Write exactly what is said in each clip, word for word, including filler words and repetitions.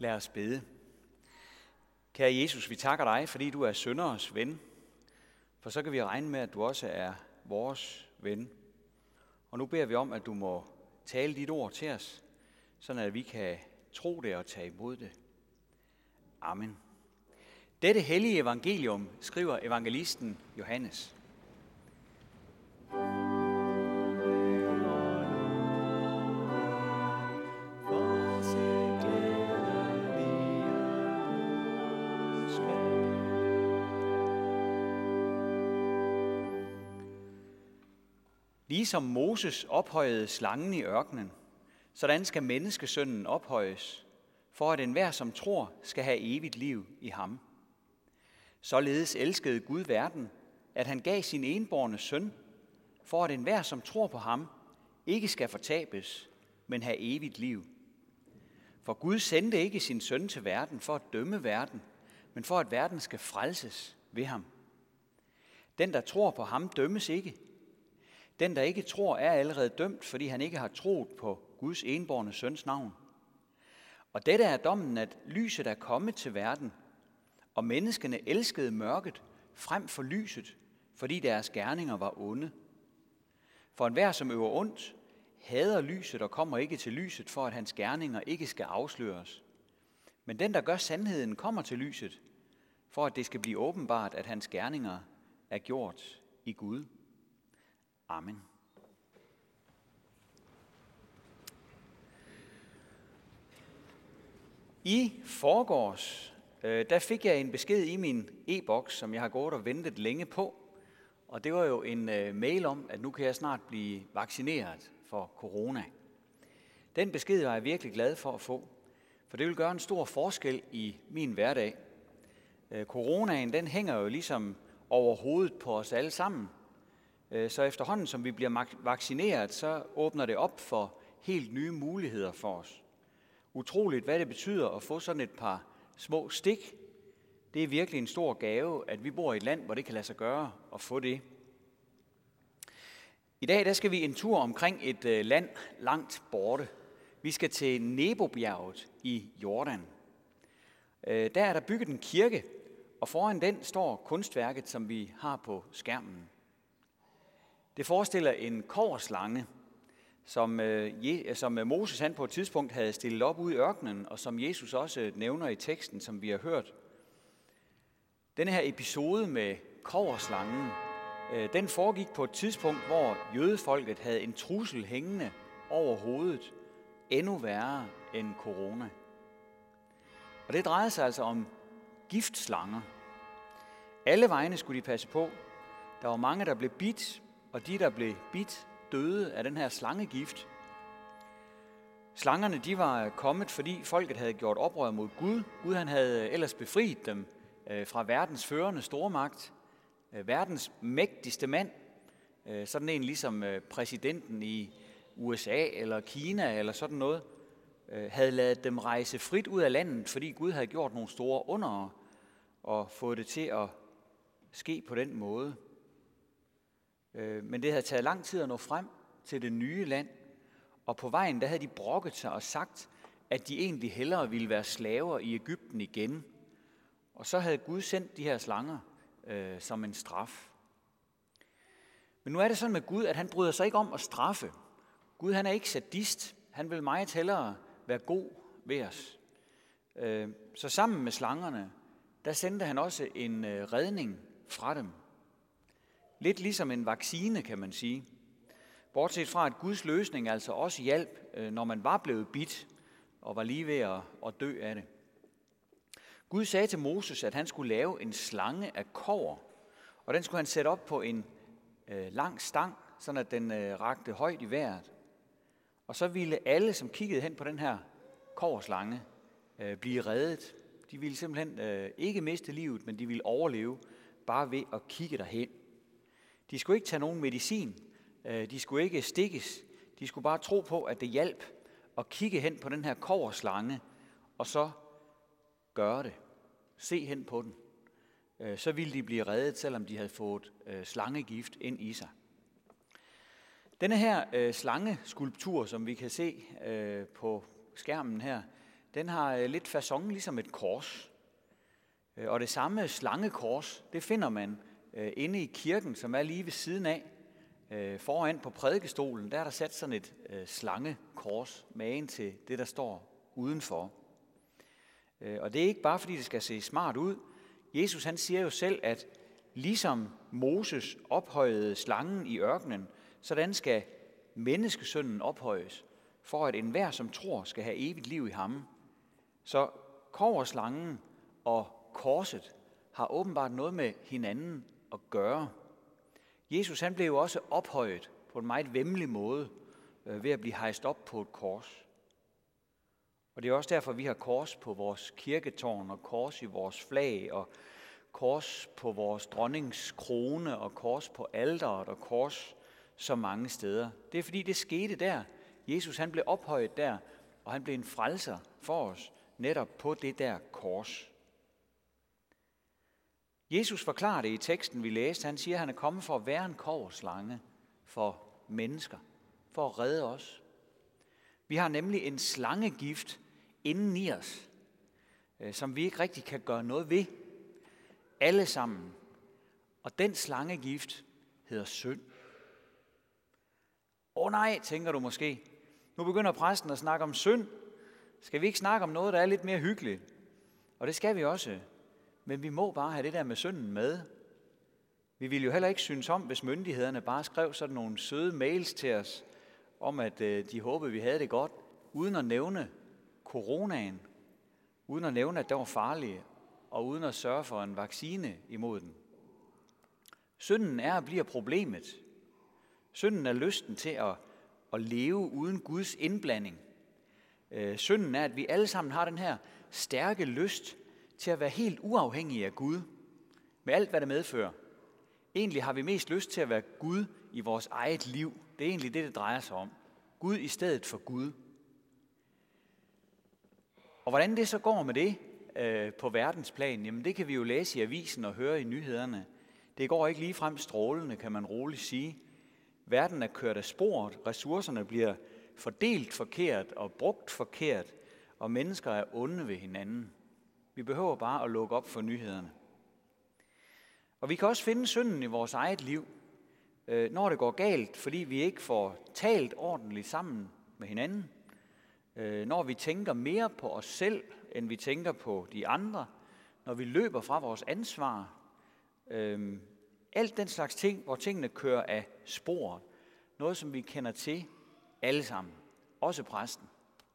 Lad os bede. Kære Jesus, vi takker dig, fordi du er synderes ven. For så kan vi regne med, at du også er vores ven. Og nu beder vi om, at du må tale dit ord til os, sådan at vi kan tro det og tage imod det. Amen. Dette hellige evangelium skriver evangelisten Johannes. Ligesom Moses ophøjede slangen i ørkenen, sådan skal menneskesønnen ophøjes, for at enhver, som tror, skal have evigt liv i ham. Således elskede Gud verden, at han gav sin enbårne søn, for at enhver, som tror på ham, ikke skal fortabes, men have evigt liv. For Gud sendte ikke sin søn til verden for at dømme verden, men for at verden skal frelses ved ham. Den, der tror på ham, dømmes ikke. Den, der ikke tror, er allerede dømt, fordi han ikke har troet på Guds enbårne søns navn. Og dette er dommen, at lyset er kommet til verden, og menneskene elskede mørket frem for lyset, fordi deres gerninger var onde. For enhver, som øver ondt, hader lyset og kommer ikke til lyset, for at hans gerninger ikke skal afsløres. Men den, der gør sandheden, kommer til lyset, for at det skal blive åbenbart, at hans gerninger er gjort i Gud. Amen. I forgårs, øh, der fik jeg en besked i min e-boks, som jeg har gået og ventet længe på. Og det var jo en øh, mail om, at nu kan jeg snart blive vaccineret for corona. Den besked var jeg virkelig glad for at få, for det vil gøre en stor forskel i min hverdag. Øh, coronaen, den hænger jo ligesom over hovedet på os alle sammen. Så efterhånden, som vi bliver vaccineret, så åbner det op for helt nye muligheder for os. Utroligt, hvad det betyder at få sådan et par små stik. Det er virkelig en stor gave, at vi bor i et land, hvor det kan lade sig gøre at få det. I dag der skal vi en tur omkring et land langt borte. Vi skal til Nebo-bjerget i Jordan. Der er der bygget en kirke, og foran den står kunstværket, som vi har på skærmen. Det forestiller en kobberslange, som, øh, som Moses han på et tidspunkt havde stillet op ude i ørkenen, og som Jesus også nævner i teksten, som vi har hørt. Denne her episode med kobberslangen, øh, den foregik på et tidspunkt, hvor jødefolket havde en trussel hængende over hovedet, endnu værre end corona. Og det drejede sig altså om giftslanger. Alle vegne skulle de passe på. Der var mange, der blev bidt, og de, der blev bidt, døde af den her slangegift. Slangerne, de var kommet, fordi folket havde gjort oprør mod Gud. Gud han havde ellers befriet dem fra verdens førende stormagt. Verdens mægtigste mand, sådan en ligesom præsidenten i U S A eller Kina eller sådan noget, havde ladet dem rejse frit ud af landet, fordi Gud havde gjort nogle store undere og fået det til at ske på den måde. Men det havde taget lang tid at nå frem til det nye land, og på vejen der havde de brokket sig og sagt, at de egentlig hellere ville være slaver i Egypten igen. Og så havde Gud sendt de her slanger øh, som en straf. Men nu er det sådan med Gud, at han bryder sig ikke om at straffe. Gud han er ikke sadist, han vil meget hellere være god ved os. Øh, så sammen med slangerne, der sendte han også en øh, redning fra dem. Lidt ligesom en vaccine, kan man sige. Bortset fra, at Guds løsning altså også hjalp, når man var blevet bidt og var lige ved at, at dø af det. Gud sagde til Moses, at han skulle lave en slange af kobber, og den skulle han sætte op på en øh, lang stang, sådan at den øh, rakte højt i vejret. Og så ville alle, som kiggede hen på den her kobberslange, øh, blive reddet. De ville simpelthen øh, ikke miste livet, men de ville overleve bare ved at kigge derhen. De skulle ikke tage nogen medicin, de skulle ikke stikkes, de skulle bare tro på, at det hjalp at kigge hen på den her kobberslange, og så gøre det. Se hen på den. Så ville de blive reddet, selvom de havde fået slangegift ind i sig. Denne her slangeskulptur, som vi kan se på skærmen her, den har lidt facon ligesom et kors. Og det samme slangekors, det finder man inde i kirken, som er lige ved siden af. Foran på prædikestolen, der er der sat sådan et slangekors magen til det, der står udenfor. Og det er ikke bare, fordi det skal se smart ud. Jesus han siger jo selv, at ligesom Moses ophøjede slangen i ørkenen, sådan skal menneskesønnen ophøjes, for at enhver, som tror, skal have evigt liv i ham. Så kobberslangen og korset har åbenbart noget med hinanden at gøre. Jesus han blev jo også ophøjet på en meget væmmelig måde ved at blive hejst op på et kors. Og det er også derfor, vi har kors på vores kirketårn og kors i vores flag og kors på vores dronnings krone og kors på alteret og kors så mange steder. Det er fordi, det skete der. Jesus han blev ophøjet der, og han blev en frelser for os netop på det der kors. Jesus forklarer det i teksten, vi læste. Han siger, at han er kommet for at være en kobberslange for mennesker, for at redde os. Vi har nemlig en slangegift inden i os, som vi ikke rigtig kan gøre noget ved. Alle sammen. Og den slangegift hedder synd. Åh oh nej, tænker du måske. Nu begynder præsten at snakke om synd. Skal vi ikke snakke om noget, der er lidt mere hyggeligt? Og det skal vi også. Men vi må bare have det der med synden med. Vi ville jo heller ikke synes om, hvis myndighederne bare skrev sådan nogle søde mails til os, om at de håbede, vi havde det godt, uden at nævne coronaen, uden at nævne, at det var farligt, og uden at sørge for en vaccine imod den. Synden er og bliver problemet. Synden er lysten til at, at leve uden Guds indblanding. Synden er, at vi alle sammen har den her stærke lyst til at være helt uafhængige af Gud, med alt, hvad det medfører. Egentlig har vi mest lyst til at være Gud i vores eget liv. Det er egentlig det, det drejer sig om. Gud i stedet for Gud. Og hvordan det så går med det øh, på verdensplan, jamen det kan vi jo læse i avisen og høre i nyhederne. Det går ikke ligefrem strålende, kan man roligt sige. Verden er kørt af sporet, ressourcerne bliver fordelt forkert og brugt forkert, og mennesker er onde ved hinanden. Vi behøver bare at lukke op for nyhederne. Og vi kan også finde synden i vores eget liv, øh, når det går galt, fordi vi ikke får talt ordentligt sammen med hinanden. Øh, når vi tænker mere på os selv, end vi tænker på de andre. Når vi løber fra vores ansvar. Øh, alt den slags ting, hvor tingene kører af sporet. Noget, som vi kender til alle sammen. Også præsten.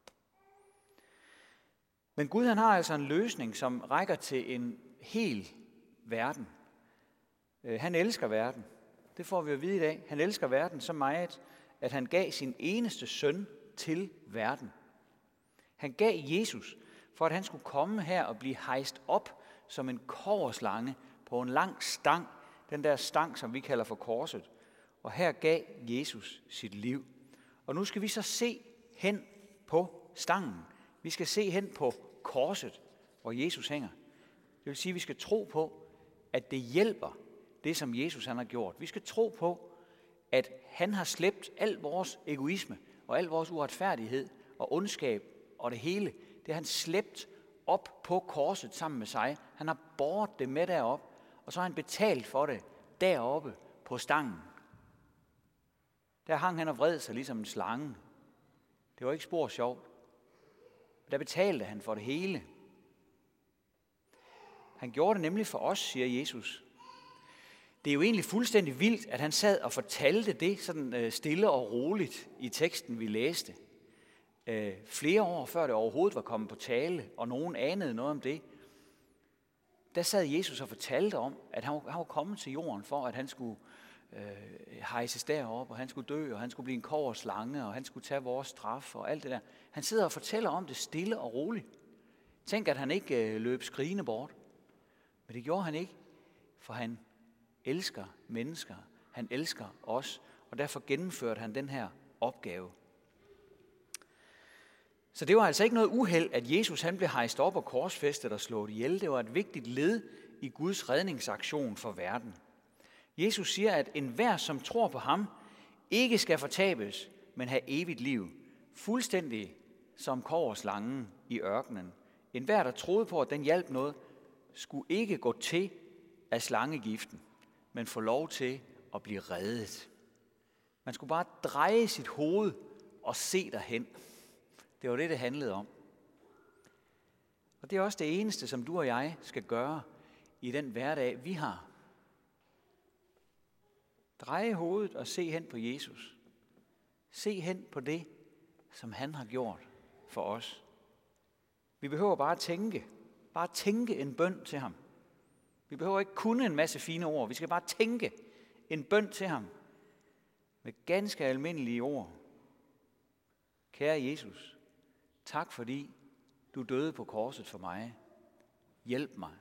Men Gud han har altså en løsning, som rækker til en hel verden. Han elsker verden. Det får vi at vide i dag. Han elsker verden så meget, at han gav sin eneste søn til verden. Han gav Jesus, for at han skulle komme her og blive hejst op som en kobberslange på en lang stang. Den der stang, som vi kalder for korset. Og her gav Jesus sit liv. Og nu skal vi så se hen på stangen. Vi skal se hen på korset, hvor Jesus hænger. Det vil sige, at vi skal tro på, at det hjælper det, som Jesus han har gjort. Vi skal tro på, at han har slæbt al vores egoisme og al vores uretfærdighed og ondskab og det hele. Det har han slæbt op på korset sammen med sig. Han har båret det med derop, og så har han betalt for det deroppe på stangen. Der hang han og vred sig ligesom en slange. Det var ikke spor sjovt. Der betalte han for det hele. Han gjorde det nemlig for os, siger Jesus. Det er jo egentlig fuldstændig vildt, at han sad og fortalte det sådan stille og roligt i teksten, vi læste. Flere år før det overhovedet var kommet på tale, og nogen anede noget om det, der sad Jesus og fortalte om, at han var kommet til jorden for, at han skulle øh, hejses derop, og han skulle dø, og han skulle blive en kobberslange, og han skulle tage vores straf og alt det der. Han sidder og fortæller om det stille og roligt. Tænk, at han ikke øh, løb skrigende bort. Men det gjorde han ikke, for han elsker mennesker. Han elsker os, og derfor gennemførte han den her opgave. Så det var altså ikke noget uheld, at Jesus han blev hejst op og korsfæstet og slået ihjel. Det var et vigtigt led i Guds redningsaktion for verden. Jesus siger, at enhver, som tror på ham, ikke skal fortabes, men have evigt liv. Fuldstændig som kobberslangen i ørkenen. En hver, der troede på, at den hjalp noget, skulle ikke gå til af slangegiften, men få lov til at blive reddet. Man skulle bare dreje sit hoved og se derhen. Det var det, det handlede om. Og det er også det eneste, som du og jeg skal gøre i den hverdag, vi har. Dreje hovedet og se hen på Jesus. Se hen på det, som han har gjort for os. Vi behøver bare at tænke. Bare tænke en bøn til ham. Vi behøver ikke kunne en masse fine ord. Vi skal bare tænke en bøn til ham. Med ganske almindelige ord. Kære Jesus, tak fordi du døde på korset for mig. Hjælp mig.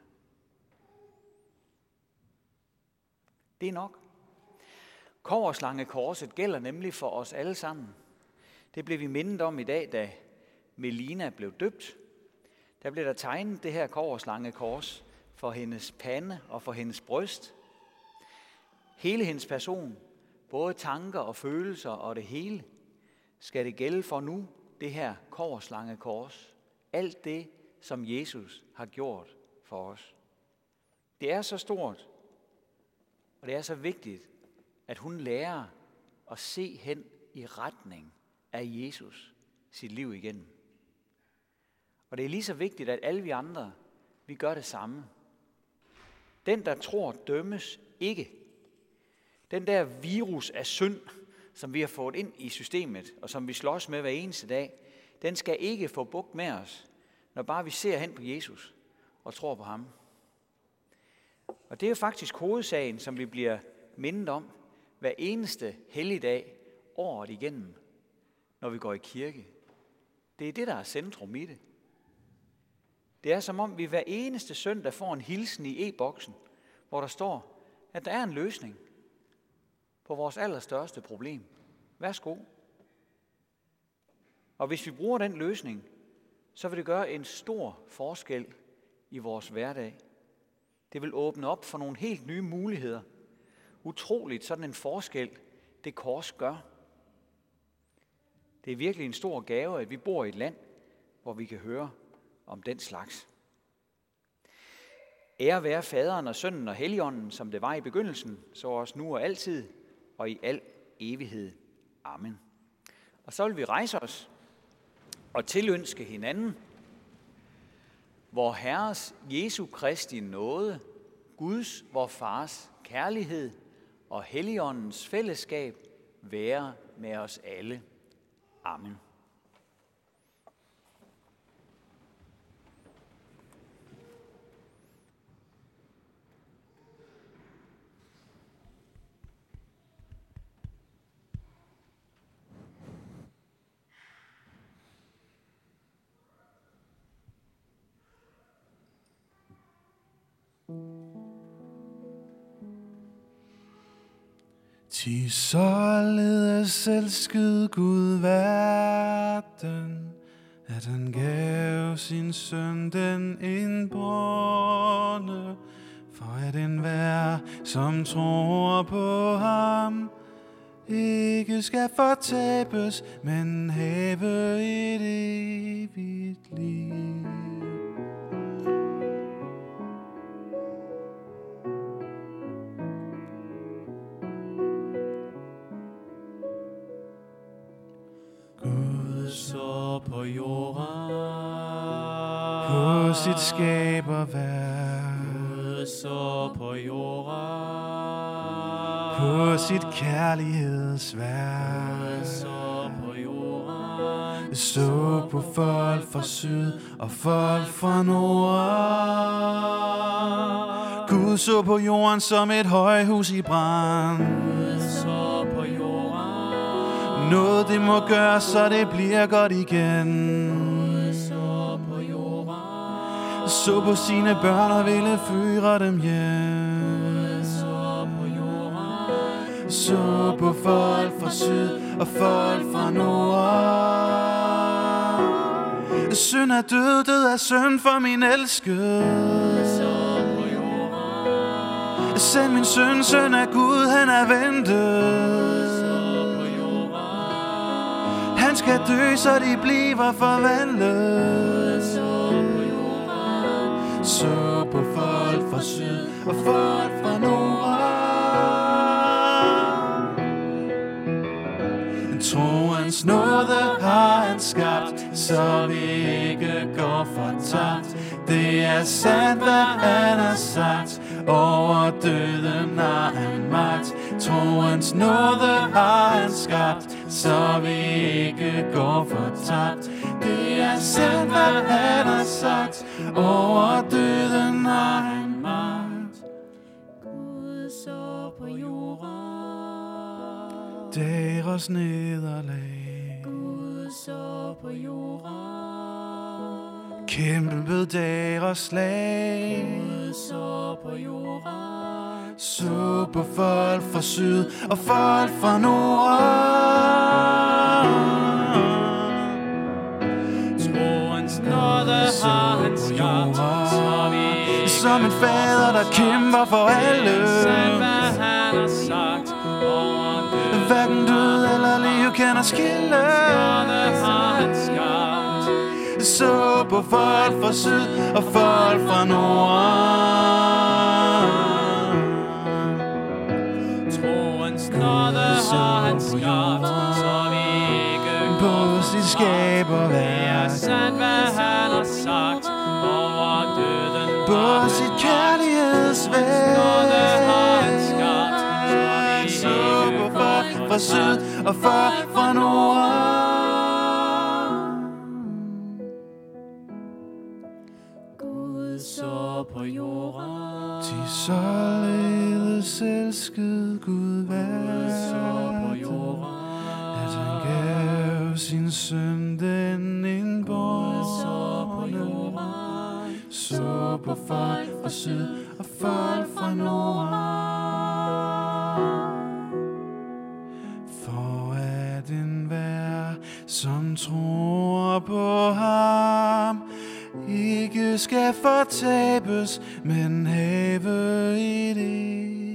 Det er nok. Kobberslangekorset gælder nemlig for os alle sammen. Det blev vi mindet om i dag, da Melina blev døbt. Der blev der tegnet det her kobberslangekors for hendes pande og for hendes bryst. Hele hendes person, både tanker og følelser og det hele, skal det gælde for nu, det her kobberslangekors. Alt det, som Jesus har gjort for os. Det er så stort, og det er så vigtigt, at hun lærer at se hen i retning af Jesus sit liv igennem. Og det er lige så vigtigt, at alle vi andre, vi gør det samme. Den, der tror, dømmes ikke. Den der virus af synd, som vi har fået ind i systemet, og som vi slås med hver eneste dag, den skal ikke få bugt med os, når bare vi ser hen på Jesus og tror på ham. Og det er jo faktisk hovedsagen, som vi bliver mindet om hver eneste helligdag året igennem, når vi går i kirke. Det er det, der er centrum i det. Det er som om vi hver eneste søndag får en hilsen i e-boksen, hvor der står, at der er en løsning på vores allerstørste problem. Værsgo. Og hvis vi bruger den løsning, så vil det gøre en stor forskel i vores hverdag. Det vil åbne op for nogle helt nye muligheder. Utroligt sådan en forskel, det kors gør. Det er virkelig en stor gave, at vi bor i et land, hvor vi kan høre om den slags. Ære være faderen og sønnen og helligånden, som det var i begyndelsen, så også nu og altid, og i al evighed. Amen. Og så vil vi rejse os og tilønske hinanden, vor Herres Jesu Kristi nåde, Guds, vor Fars kærlighed og Helligåndens fællesskab være med os alle. Amen. Til således elskede Gud verden, at han gav sin søn den indbårne, for at enhver, som tror på ham, ikke skal fortabes, men have et evigt liv. Så på jorden, på sit skaberværk, Gud så på jorden, på sit kærlighedsværk, Gud så på jorden, så på folk fra syd og folk fra nord. Gud så på jorden som et højhus i brand. Gud så på jorden, noget det må gøre, så det bliver godt igen. Gud så på jorden, Så på sine børn og ville føre dem hjem. Gud så på jorden, Så på folk fra syd og folk fra nord. Synd er død, død er synd for min elskede. Gud så på jorden, Send min søn, søn af Gud, han er ventet. på jorden, Han skal dø, så de bliver forvandlet. så på folk fra syd og folk fra nord. Troens nåde har han skabt, så vi ikke går fortabt. Det er sandt, hvad han har sagt, over døden har han magt. Troens nåde har han skabt, så vi ikke går fortabt. Det er sandt, hvad han har sagt, over døden har han magt. Gud så på jorden, deres nederlag, Gud så på jorden, kæmpede deres slag. Gud så på jorden, Så på folk fra syd og folk fra nord. troens nåde har han skabt, så vi ikke Som en fader, der kæmper for alle. sandt, hvad han har sagt, over døden Hverken død eller liv kan os skille. nåde har han skabt. Så på folk fra syd og folk fra nord. Troens nåde har han skabt, så vi ikke På går sit fortabt. skaberværk, Sandt, hvad han har sagt, over døden har på han sit magt. kærlighedsværk. Nåde har han skabt, så vi Så ikke på går folk fra syd fortabt. og folk fra nord. Gud så på jorden, Til således elskede Gud Gud så på verden, jorden, at han gav sin søn den Gud så på indbårne. jorden, Så på folk fra syd og folk fra nord. For at enhver, som tror på ham, ikke skal fortabes, men have et